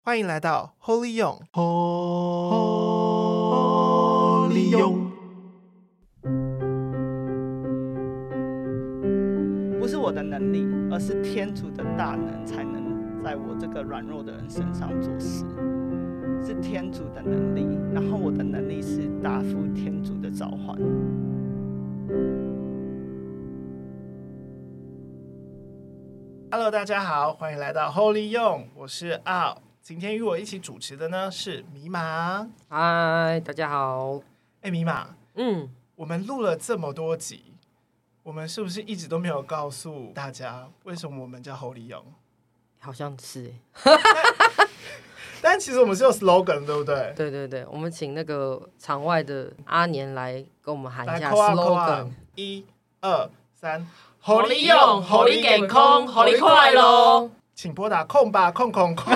欢迎来到 Holy 用 Holy 用， 不是我的能力，而是天主的大能才能在我这个软弱的人身上做事，是天主的能力，然后我的能力是答复天主的召唤。 Hello， 大家好，欢迎来到 Holy 用，我是奥。今天与我一起主持的呢是米玛。 嗨，大家好。 米玛，我们录了这么多集，我们是不是一直都没有告诉大家为什么我们叫 Holy 用？ 好像是但其实我们是有 slogan， 对不对？ 对对对，我们请那个场外的阿年来跟我们喊一下来 call slogan。 1、2、3， Holy 用，Holy 健康，Holy 快乐。 请拨打空吧空。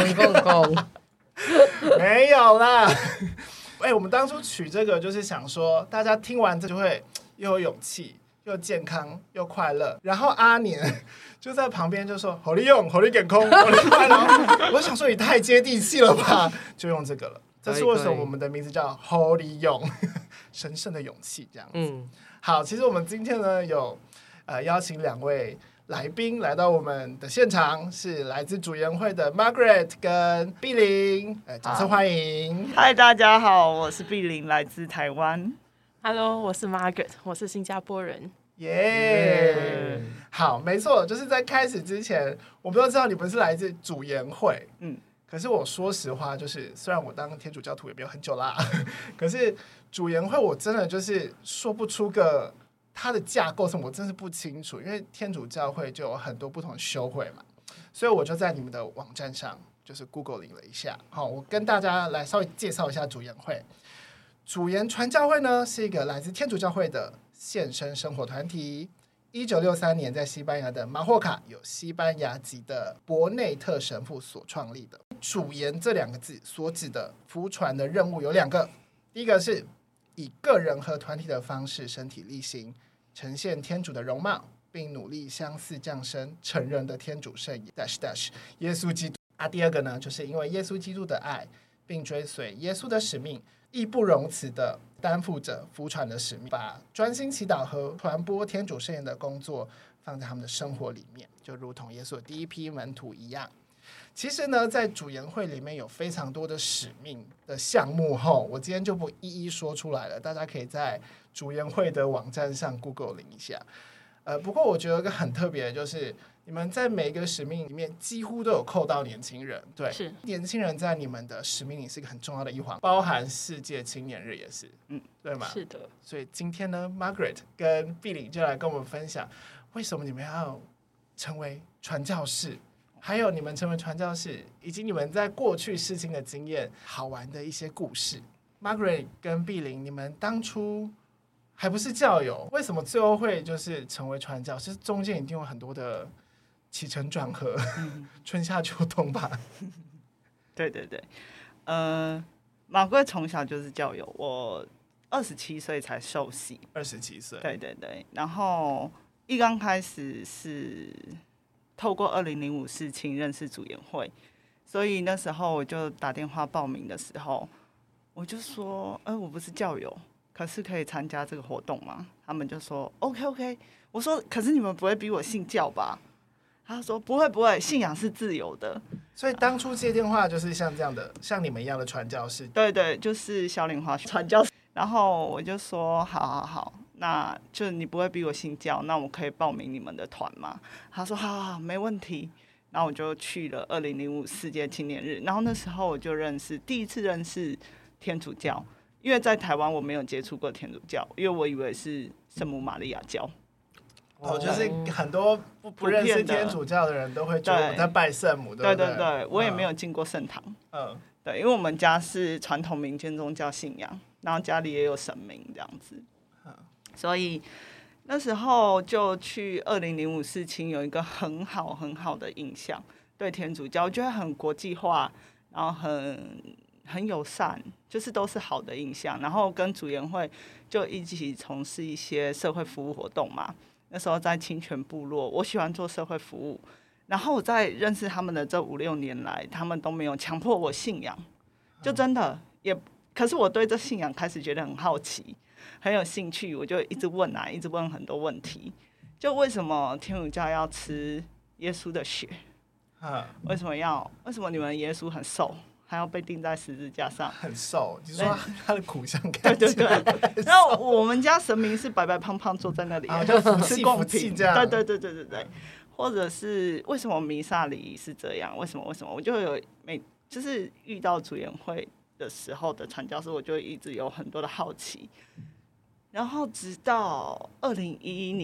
没有啦。我们当初取这个就是想说，大家听完这就会又有勇气，又健康，又快乐。然后阿年就在旁边就说 Holy 用，Holy 健康，Holy 快乐。我想说也太接地气了吧，就用这个了。这是为什么我们的名字叫 Holy 用，神圣的勇气这样子。好，其实我们今天呢有邀请2位来宾来到我们的现场，是来自主研会的 Margaret 跟碧玲，掌声欢迎。 嗨，大家好，我是碧玲，来自台湾。 Hello， 我是 Margaret， 我是新加坡人。 耶！好，没错，就是在开始之前，我们都知道你们是来自主研会，可是我说实话，就是虽然我当天主教徒也没有很久啦，可是主研会我真的就是说不出个它的架构什么，我真是不清楚，因为天主教会就有很多不同的修会嘛，所以我就在你们的网站上就是 Googling 了一下。好，我跟大家来稍微介绍一下主研会。主研传教会呢是一个来自天主教会的献身生活团体。1963年在西班牙的马霍卡有西班牙籍的博内特神父所创立的。主研这2个字所指的福传的任务有2个，第一个是以个人和团体的方式身体力行，呈现天主的容貌，并努力相似降生成人的天主圣耶稣基督。第二个呢，就是因为耶稣基督的爱，并追随耶稣的使命，义不容辞的担负着福传的使命，把专心祈祷和传播天主圣言的工作放在他们的生活里面，就如同耶稣的第一批门徒一样。其实呢，在主研会里面有非常多的使命的项目，我今天就不一一说出来了，大家可以在主研会的网站上 Google 一下。不过我觉得有一个很特别的就是，你们在每一个使命里面几乎都有扣到年轻人，对， 是年轻人在你们的使命里是一个很重要的一环，包含世界青年日也是，对吗？ 是的。 所以今天呢 ，Margaret 跟碧玲就来跟我们分享，为什么你们要成为传教士，还有你们成为传教士，以及你们在过去事情的经验，好玩的一些故事。Margaret 跟碧玲，你们当初还不是教友，为什么最后会就是成为传教士？中间一定有很多的起承转合，春夏秋冬吧。 对对对，马贵从小就是教友，我27岁才受洗。 27岁。 对对对，然后一刚开始是透过2005世青认识主研会，所以那时候我就打电话报名的时候，我就说，我不是教友，可是可以参加这个活动吗？他们就说 OK。我说，可是你们不会逼我信教吧？他说不会，信仰是自由的。 所以当初接电话就是像这样的，像你们一样的传教士。 对对，就是小岭华传教士。然后我就说好，那就你不会逼我信教，那我可以报名你们的团吗？他说好，没问题。然后我就去了2005世界青年日，然后那时候我就第一次认识天主教，因为在台湾我没有接触过天主教，因为我以为是圣母玛利亚教。 就是很多不认识天主教的人都会觉得我在拜圣母，对不对？ 对，我也没有进过圣堂。对，因为我们家是传统民间宗教信仰，然后家里也有神明这样子，所以那时候就去2005世青有一个很好的印象，对天主教我觉得很国际化，然后很友善，就是都是好的印象。然后跟主研会就一起从事一些社会服务活动嘛。那时候在清泉部落，我喜欢做社会服务， 然后我在认识他们的这5-6年来，他们都没有强迫我信仰，就真的也。可是我对这信仰开始觉得很好奇，很有兴趣，我就一直问一直问很多问题。就为什么天主教要吃耶稣的血？为什么你们耶稣很瘦，还要被钉在十字架上？ 很瘦，你说他的苦相看起来对。然后我们家神明是白白胖胖坐在那里， 就吃贡品这样。 对。或者是为什么弥撒礼仪是这样？为什么？我就有就是遇到主研会的时候的传教士，我就一直有很多的好奇。然后直到2010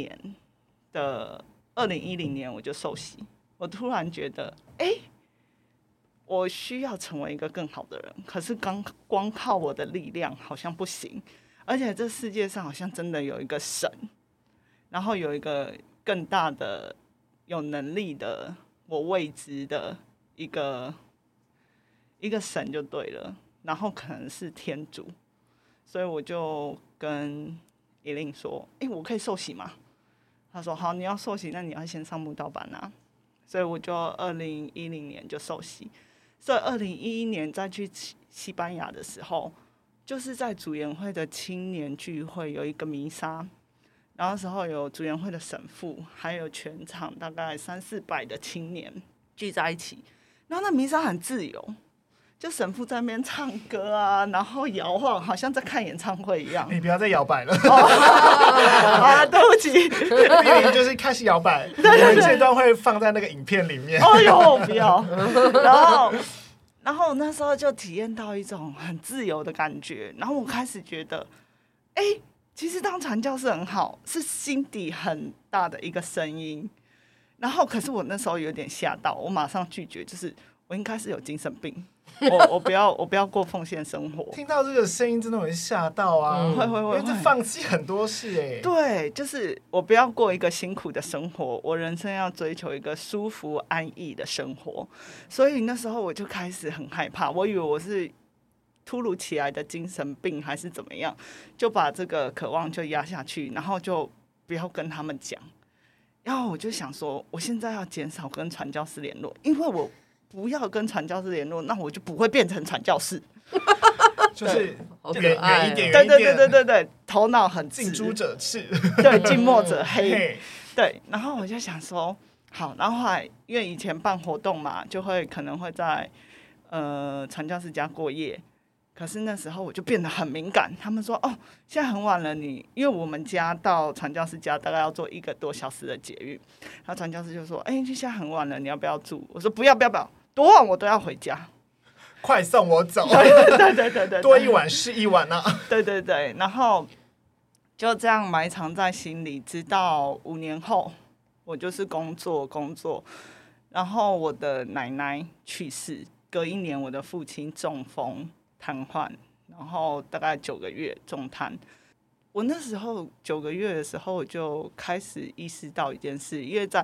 年我就受洗，我突然觉得，我需要成为一个更好的人，可是光靠我的力量好像不行，而且这世界上好像真的有一个神，然后有一个更大的有能力的我未知的一个神就对了，然后可能是天主，所以我就跟伊琳说，我可以受洗吗？他说好，你要受洗，那你要先上慕道班啊。所以我就2010年就受洗。所以2011年再去西班牙的时候，就是在主研会的青年聚会有一个弥撒，然后那时候有主研会的神父，还有全场大概300-400的青年聚在一起，然后那弥撒很自由。就神父在那边唱歌啊，然后摇晃，好像在看演唱会一样。 你不要再摇摆了。 对不起， 你就是开始摇摆。我们这段会放在那个影片里面。 我不要。然后那时候就体验到一种很自由的感觉，然后我开始觉得，其实当传教士很好，是心底很大的一个声音。然后可是我那时候有点吓到，我马上拒绝，就是我应该是有精神病。我不要过奉献生活。 听到这个声音真的会吓到啊！ 会， 因为这放弃很多事对，就是我不要过一个辛苦的生活，我人生要追求一个舒服安逸的生活。所以那时候我就开始很害怕，我以为我是突如其来的精神病还是怎么样，就把这个渴望就压下去，然后就不要跟他们讲。然后我就想说，我现在要减少跟传教士联络，因为我不要跟传教士联络，那我就不会变成传教士。 就是远一点， 对，头脑很直， 近朱者赤， 对，近墨者黑。对，然后我就想说，好，然后后来因为以前办活动嘛，就可能会在传教士家过夜。可是那时候我就变得很敏感，他们说现在很晚了，因为我们家到传教士家大概要坐1个多小时的捷运，然后传教士就说现在很晚了，你要不要住？我说不要，多晚我都要回家， 快送我走。 对， 多一晚是一晚啊。 对，然后就这样埋藏在心里，直到5年后，我就是工作，然后我的奶奶去世，隔1年我的父亲中风瘫痪，然后大概9个月重瘫。我那时候9个月的时候，我就开始意识到一件事，因为在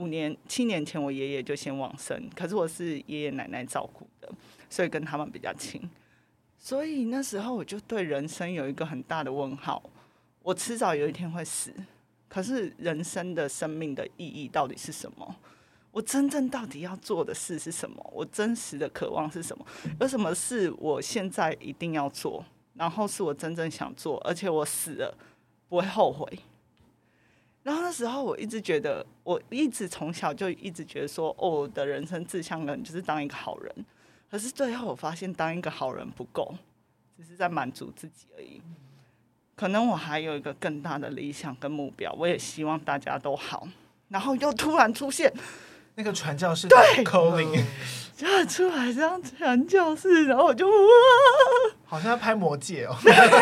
7年前我爷爷就先往生，可是我是爷爷奶奶照顾的，所以跟他们比较亲。所以那时候我就对人生有一个很大的问号，我迟早有一天会死，可是人生的生命的意义到底是什么？我真正到底要做的事是什么？我真实的渴望是什么？有什么事我现在一定要做，然后是我真正想做，而且我死了不会后悔。然后那时候我一直觉得，我一直从小就一直觉得说，我的人生志向可能就是当一个好人。可是最后我发现，当一个好人不够，只是在满足自己而已。可能我还有一个更大的理想跟目标，我也希望大家都好。然后又突然出现那个传教士， 对 ，calling， 就出来这样传教士，然后我就好像要拍魔戒哦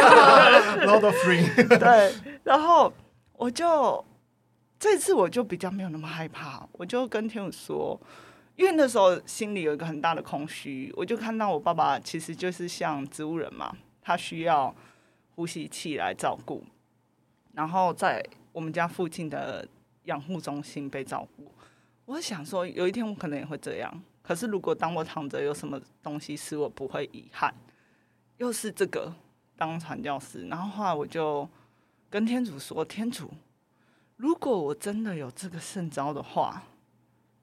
，Lord of Rings。 对，然后我就这次我就比较没有那么害怕，我就跟天主说，因为那时候心里有一个很大的空虚，我就看到我爸爸其实就是像植物人嘛，他需要呼吸器来照顾，然后在我们家附近的养护中心被照顾。我想说有一天我可能也会这样，可是如果当我躺着有什么东西使我不会遗憾，又是这个当传教士。然后后来我就跟天主说，天主，如果我真的有这个圣召的话，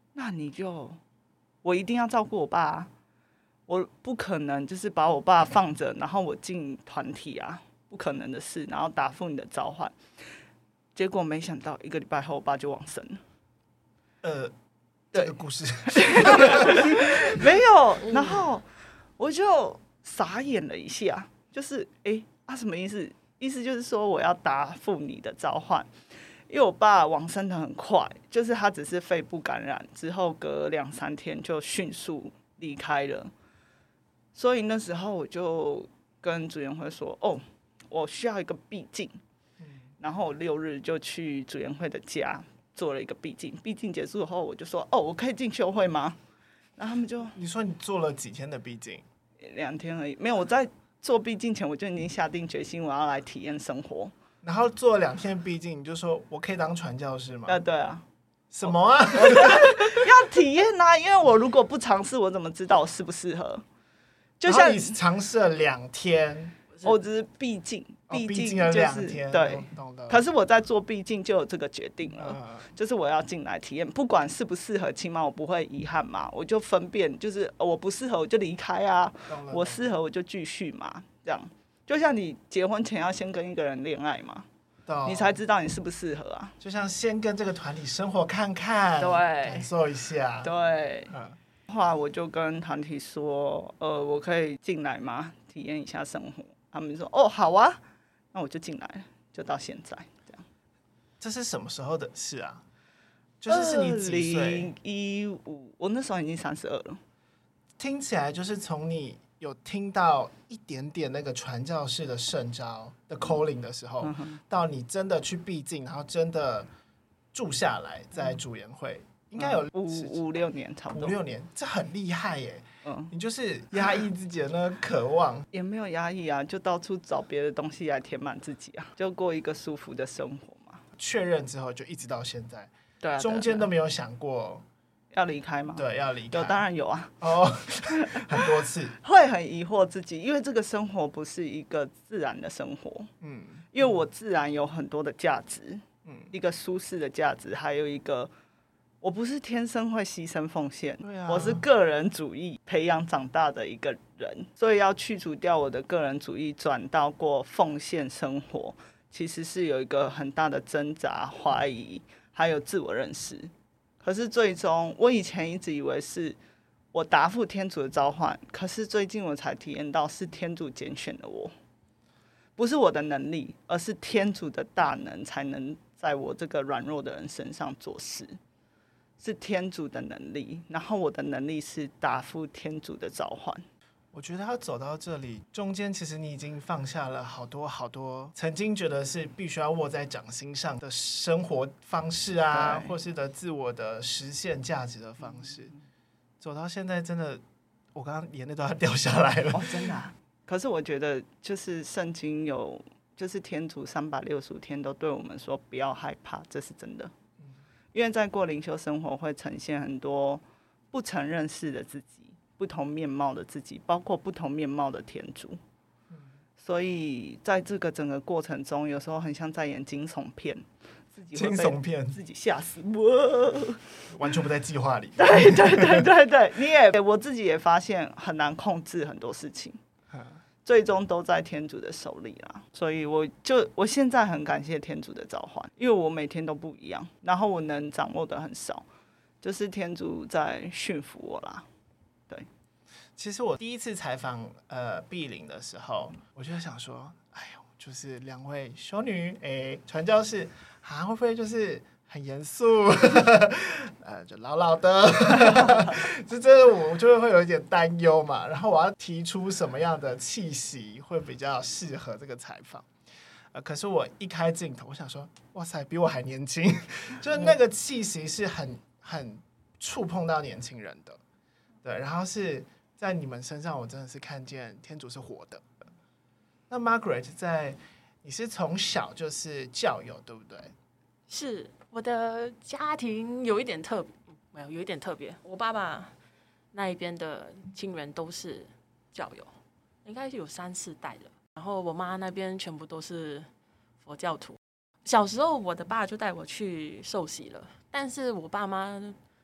那我一定要照顾我爸啊，我不可能就是把我爸放着，然后我进团体啊，不可能的事，然后答复你的召唤。结果没想到1个礼拜后，我爸就往生了。 这个故事没有，然后我就傻眼了一下，就是什么意思？意思就是说我要答复你的召唤，因为我爸往生的很快，就是他只是肺部感染之后隔2-3天就迅速离开了，所以那时候我就跟组员会说，我需要一个避静，然后我6日就去组员会的家做了一个避静，避静结束后我就说，我可以进修会吗？然后他们就， 你说你做了几天的避静 ？2天而已，没有，我在做避静前我就已经下定决心我要来体验生活。 然后做了2天避静，你就说我可以当传教士吗？ 对啊。 什么啊？ 要体验啊！因为我如果不尝试，我怎么知道我适不适合？就像你尝试了2天， 我只是避静， 避静了2天， 对，可是我在做避静就有这个决定了，就是我要进来体验，不管适不适合，起码我不会遗憾嘛。我就分辨，就是我不适合我就离开啊，我适合我就继续嘛，这样。就像你结婚前要先跟一个人恋爱嘛，你才知道你适不适合啊。 就像先跟这个团体生活看看， 对， 感受一下。 对，后来我就跟团体说，我可以进来吗？体验一下生活。他们说，好啊，那我就进来了，就到现在这样。 这是什么时候的事啊？就是你几岁 ？2015，我那时候已经32了。 听起来就是从你有听到一点点那个传教士的圣召的 calling 的时候，到你真的去避静，然后真的住下来在主研会，应该有 5-6年，差不多 5-6年，这很厉害耶。你就是压抑自己的那个渴望， 也没有压抑啊，就到处找别的东西来填满自己啊，就过一个舒服的生活嘛。 确认之后就一直到现在， 对啊， 中间都没有想过要离开吗？ 对，要离开。 有，当然有啊。 很多次会很疑惑自己，因为这个生活不是一个自然的生活。因为我自然有很多的价值，一个舒适的价值，还有一个我不是天生会牺牲奉献，我是个人主义培养长大的一个人，所以要去除掉我的个人主义，转到过奉献生活，其实是有一个很大的挣扎、怀疑，还有自我认识。可是最终，我以前一直以为是我答复天主的召唤，可是最近我才体验到是天主拣选了我，不是我的能力，而是天主的大能才能在我这个软弱的人身上做事。是天主的能力，然后我的能力是答复天主的召唤。 我觉得要走到这里，中间其实你已经放下了好多好多曾经觉得是必须要握在掌心上的生活方式啊，或是的自我的实现价值的方式。走到现在真的，我刚刚眼泪都要掉下来了。 真的啊？可是我觉得就是圣经有，就是天主365天都对我们说不要害怕，这是真的。因为在过灵修生活会呈现很多不曾认识的自己，不同面貌的自己，包括不同面貌的天主。所以在这个整个过程中，有时候很像在演惊悚片，自己会被自己吓死， 完全不在计划里。 对，我自己也发现很难控制很多事情。最终都在天主的手里啦，所以我现在很感谢天主的召唤，因为我每天都不一样，然后我能掌握的很少，就是天主在驯服我啦。对， 其实我第一次采访碧玲的时候，我就想说，哎呦，就是2位修女，传教士会不会就是很严肃，就老老的，这真的我就会有一点担忧嘛。然后我要提出什么样的气息会比较适合这个采访？可是我一开镜头，我想说，哇塞，比我还年轻，就是那个气息是很触碰到年轻人的，对。然后是在你们身上，我真的是看见天主是活的。那 Margaret 你是从小就是教友，对不对？ 是，我的家庭有一点特别，没有，有一点特别。我爸爸那一边的亲人都是教友，应该有3-4代了。然后我妈那边全部都是佛教徒。小时候我的爸就带我去受洗了，但是我爸妈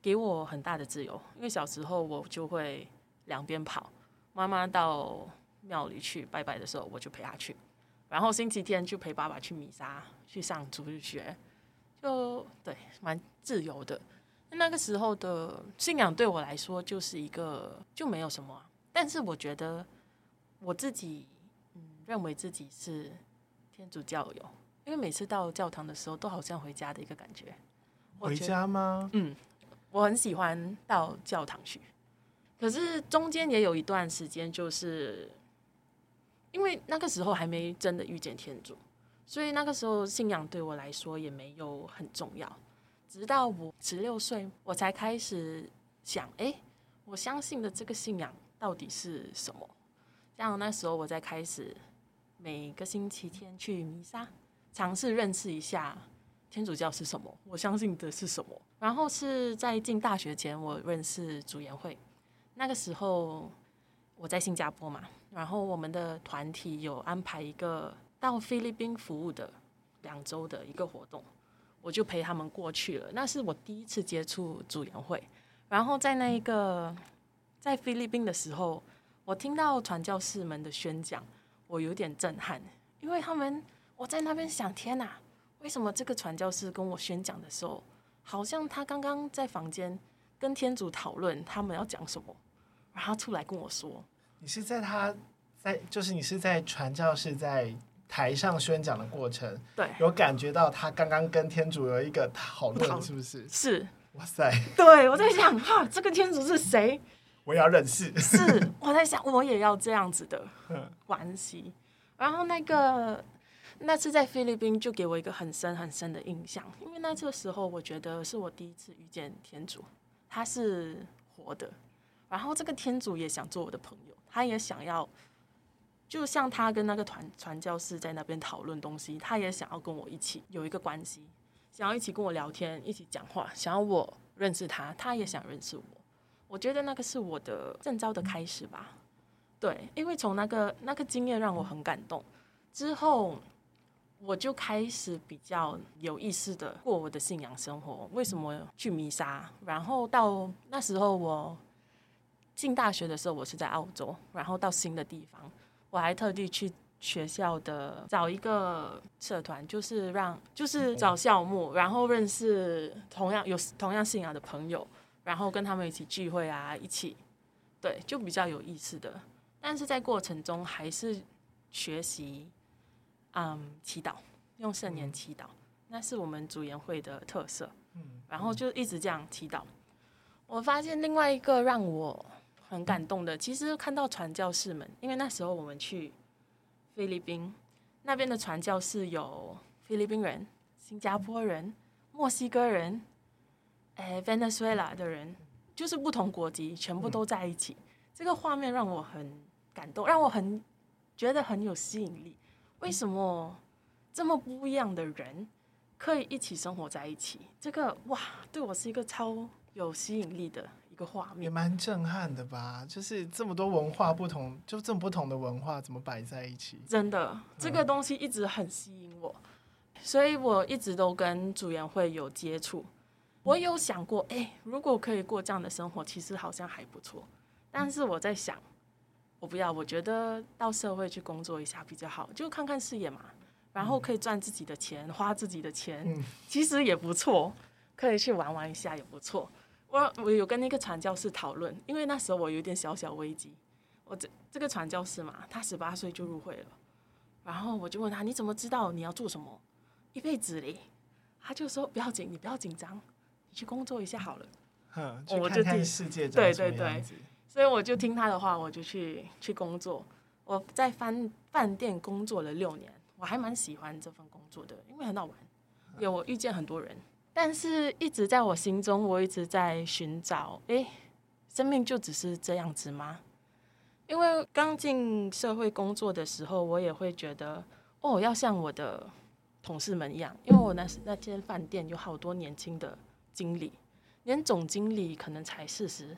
给我很大的自由，因为小时候我就会两边跑，妈妈到庙里去拜拜的时候，我就陪她去，然后星期天就陪爸爸去弥撒，去上主日学，就对，蛮自由的。那个时候的信仰对我来说就是一个就没有什么，但是我觉得我自己认为自己是天主教友，因为每次到教堂的时候都好像回家的一个感觉。 回家吗？ 我很喜欢到教堂去，可是中间也有一段时间，就是因为那个时候还没真的遇见天主，所以那个时候信仰对我来说也没有很重要。直到我16岁，我才开始想，我相信的这个信仰到底是什么？像那时候我才开始每个星期天去弥撒，尝试认识一下天主教是什么，我相信的是什么。然后是在进大学前，我认识主研会。那个时候我在新加坡嘛，然后我们的团体有安排一个到菲律宾服务的2周的一个活动，我就陪他们过去了。那是我第一次接触主研会。然后在在菲律宾的时候，我听到传教士们的宣讲，我有点震撼，因为我在那边想，天哪，为什么这个传教士跟我宣讲的时候，好像他刚刚在房间跟天主讨论他们要讲什么，然后他出来跟我说， 你是你是在传教士在台上宣讲的过程， 对， 有感觉到他刚刚跟天主有一个讨论，是不是？ 是， 哇塞， 对，我在想，这个天主是谁？ 我也要认识。 是，我在想，我也要这样子的关系。然后那次在菲律宾就给我一个很深很深的印象，因为那次的时候，我觉得是我第一次遇见天主，他是活的，然后这个天主也想做我的朋友，他也想要，就像他跟那个传教士在那边讨论东西，他也想要跟我一起有一个关系，想要一起跟我聊天，一起讲话，想要我认识他，他也想认识我。我觉得那个是我的证召的开始吧。对，因为从那个经验让我很感动，之后我就开始比较有意识的过我的信仰生活。为什么去弥撒？然后到那时候我进大学的时候，我是在澳洲，然后到新的地方，我还特地去学校的找一个社团，就是找校牧，然后认识同样信仰的朋友，然后跟他们一起聚会啊，一起对，就比较有意思的。但是在过程中还是学习祈祷，用圣言祈祷，那是我们主研会的特色。然后就一直这样祈祷。我发现另外一个让我很感动的，其实看到传教士们，因为那时候我们去菲律宾那边的传教士有菲律宾人、新加坡人、墨西哥人、Venezuela 的人，就是不同国籍，全部都在一起。这个画面让我很感动，让我觉得很有吸引力。为什么这么不一样的人可以一起生活在一起？这个对我是一个超有吸引力的一个画面， 也蛮震撼的吧？就是这么多文化不同，就这么不同的文化怎么摆在一起？ 真的，这个东西一直很吸引我，所以我一直都跟主研会有接触。我有想过，如果可以过这样的生活，其实好像还不错。但是我在想，我不要，我觉得到社会去工作一下比较好，就看看视野嘛，然后可以赚自己的钱，花自己的钱，其实也不错，可以去玩一下也不错。我有跟那个传教士讨论，因为那时候我有点小危机。我这个传教士嘛，他18岁就入会了，然后我就问他，你怎么知道你要做什么一辈子嘞？他就说不要紧，你不要紧张，你去工作一下好了。 去看看世界长什么样子。 对，所以我就听他的话，我就去工作。我在饭店工作了6年，我还蛮喜欢这份工作的，因为很好玩，我遇见很多人。但是一直在我心中，我一直在寻找，生命就只是这样子吗？因为刚进社会工作的时候，我也会觉得，要像我的同事们一样，因为我那间饭店有好多年轻的经理，连总经理可能才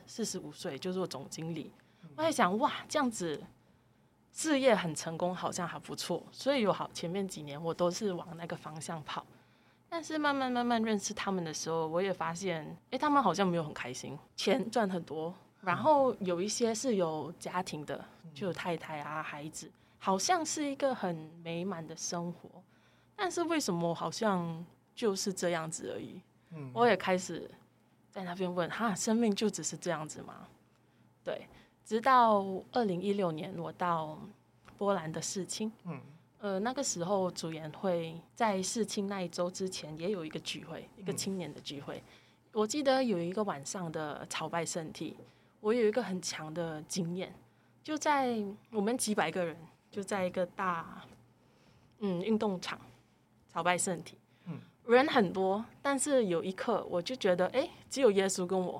45岁就做总经理。我在想，这样子事业很成功，好像还不错，所以前面几年我都是往那个方向跑。 但是慢慢认识他们的时候，我也发现，他们好像没有很开心，钱赚很多，然后有一些是有家庭的，就有太太啊、孩子，好像是一个很美满的生活。但是为什么好像就是这样子而已？我也开始在那边问，生命就只是这样子吗？对，直到2016年我到波兰的世青，那个时候主研会在世青那一周之前也有一个聚会，一个青年的聚会。我记得有一个晚上的朝拜圣体，我有一个很强的经验，就在我们几百个人就在一个大运动场朝拜圣体，人很多，但是有一刻我就觉得，只有耶稣跟我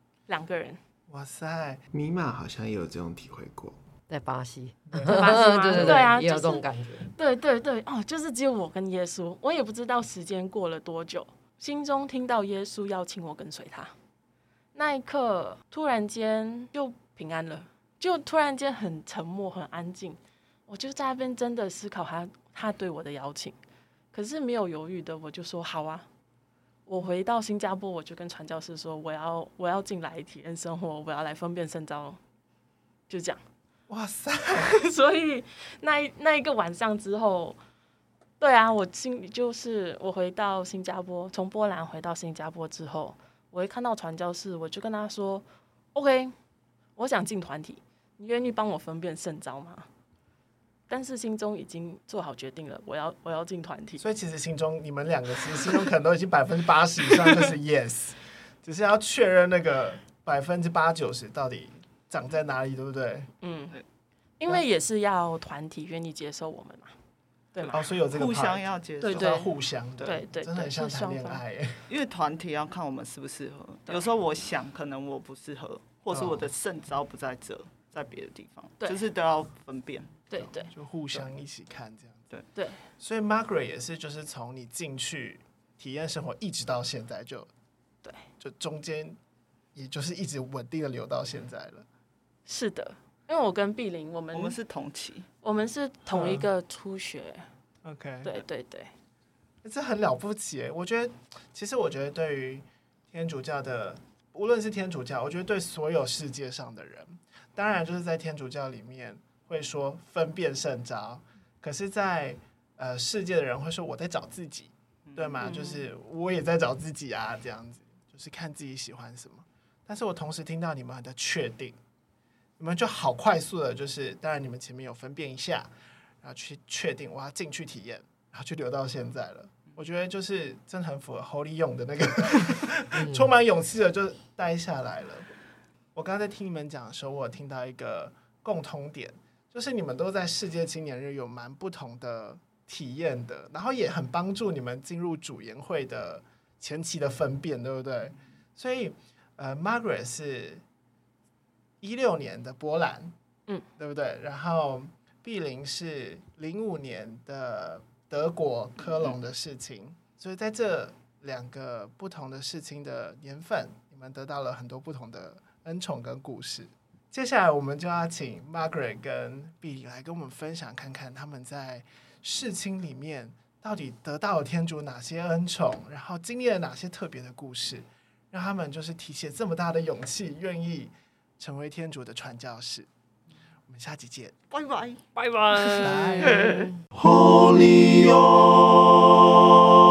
2个人。 哇塞， 米玛好像也有这种体会过。 在巴西， 对啊， 也有这种感觉。 对，就是只有我跟耶稣，我也不知道时间过了多久，心中听到耶稣邀请我跟随他，那一刻突然间就平安了，就突然间很沉默很安静，我就在那边真的思考他对我的邀请，可是没有犹豫的我就说好啊。我回到新加坡，我就跟传教士说我要进来体验生活，我要来分辨圣召，就这样。 哇塞！ 所以那一个晚上之后，对啊，我心里就是我回到新加坡，从波兰回到新加坡之后，我一看到传教士，我就跟他说 ：“OK， 我想进团体，你愿意帮我分辨圣召吗？”但是心中已经做好决定了，我要进团体。 所以其实你们2个其实心中可能都已经80%以上就是 yes， 只是要确认那个80%-90%到底长在哪里，对不对？ 因为也是要团体愿意接受我们嘛，对吗？ 所以有这个 part， 互相要接受， 对，互相的， 对， 真的很像谈恋爱耶。 因为团体要看我们适不适合，有时候我想可能我不适合，或是我的圣召不在这，在别的地方，就是都要分辨。 对， 就互相一起看这样。 对， 所以 Margaret 也是，就是从你进去体验生活一直到现在就中间也就是一直稳定的留到现在了。 是的，因为我跟碧玲我们是同期， 我们是同一个初学。 OK， 对， 这很了不起耶。其实我觉得对于天主教的，无论是天主教，我觉得对所有世界上的人，当然就是在天主教里面会说分辨圣召，可是在世界的人会说我在找自己，对吗？就是我也在找自己啊，这样子就是看自己喜欢什么。但是我同时听到你们的确定，你们就好快速的，就是当然你们前面有分辨一下，然后去确定我要进去体验，然后就留到现在了。我觉得就是真的很符合 Holy 勇的那个充满勇气的就待下来了。我刚刚在听你们讲的时候，我有听到一个共通点，就是你们都在世界青年日有蛮不同的体验的，然后也很帮助你们进入主研会的前期的分辨，对不对？所以Margaret 是2016年的波兰，对不对？然后碧玲是2005年的德国科隆的事情，所以在这2个不同的事情的年份，你们得到了很多不同的恩宠跟故事。接下来我们就要请 Margaret 跟碧玲来跟我们分享看看他们在事情里面到底得到了天主哪些恩宠，然后经历了哪些特别的故事，让他们就是提起这么大的勇气，愿意成为天主的传教士。我们下集见， 拜拜， 拜拜。 Holy